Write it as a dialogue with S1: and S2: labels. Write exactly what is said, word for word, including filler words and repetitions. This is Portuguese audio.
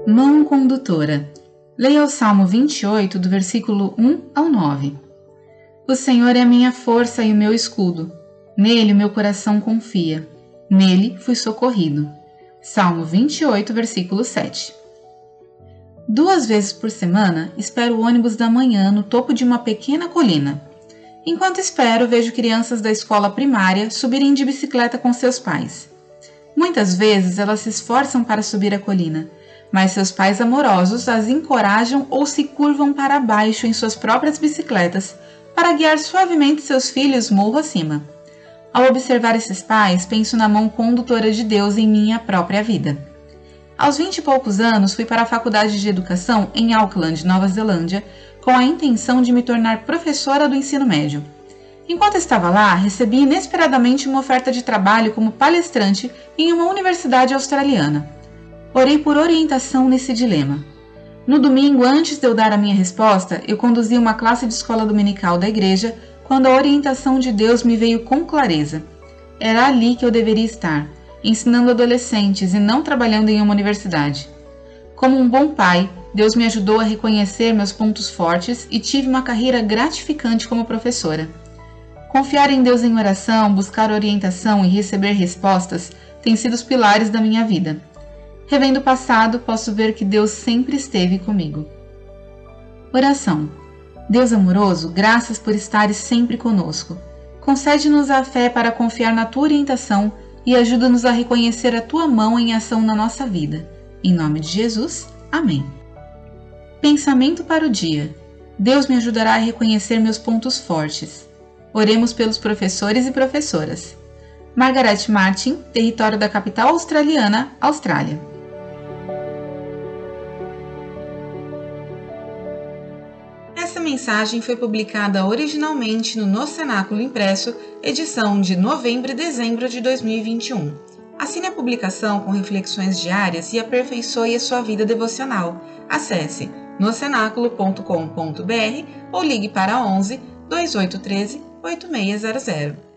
S1: Mão condutora. Leia o Salmo vinte e oito, do versículo um ao nove. O Senhor é a minha força e o meu escudo. Nele o meu coração confia. Nele fui socorrido. Salmo vinte e oito, versículo sete. Duas vezes por semana, espero o ônibus da manhã no topo de uma pequena colina. Enquanto espero, vejo crianças da escola primária subirem de bicicleta com seus pais. Muitas vezes elas se esforçam para subir a colina, mas seus pais amorosos as encorajam ou se curvam para baixo em suas próprias bicicletas para guiar suavemente seus filhos morro acima. Ao observar esses pais, penso na mão condutora de Deus em minha própria vida. Aos vinte e poucos anos, fui para a faculdade de educação em Auckland, Nova Zelândia, com a intenção de me tornar professora do ensino médio. Enquanto estava lá, recebi inesperadamente uma oferta de trabalho como palestrante em uma universidade australiana. Orei por orientação nesse dilema. No domingo, antes de eu dar a minha resposta, eu conduzi uma classe de escola dominical da igreja quando a orientação de Deus me veio com clareza. Era ali que eu deveria estar, ensinando adolescentes e não trabalhando em uma universidade. Como um bom pai, Deus me ajudou a reconhecer meus pontos fortes e tive uma carreira gratificante como professora. Confiar em Deus em oração, buscar orientação e receber respostas têm sido os pilares da minha vida. Revendo o passado, posso ver que Deus sempre esteve comigo. Oração. Deus amoroso, graças por estares sempre conosco. Concede-nos a fé para confiar na Tua orientação e ajuda-nos a reconhecer a Tua mão em ação na nossa vida. Em nome de Jesus, amém. Pensamento para o dia. Deus me ajudará a reconhecer meus pontos fortes. Oremos pelos professores e professoras. Margaret Martin, território da capital australiana, Austrália. Essa mensagem foi publicada originalmente no No Cenáculo Impresso, edição de novembro e dezembro de dois mil e vinte e um. Assine a publicação com reflexões diárias e aperfeiçoe a sua vida devocional. Acesse no cenáculo ponto com ponto br ou ligue para onze, dois oito um três, oito seis zero zero.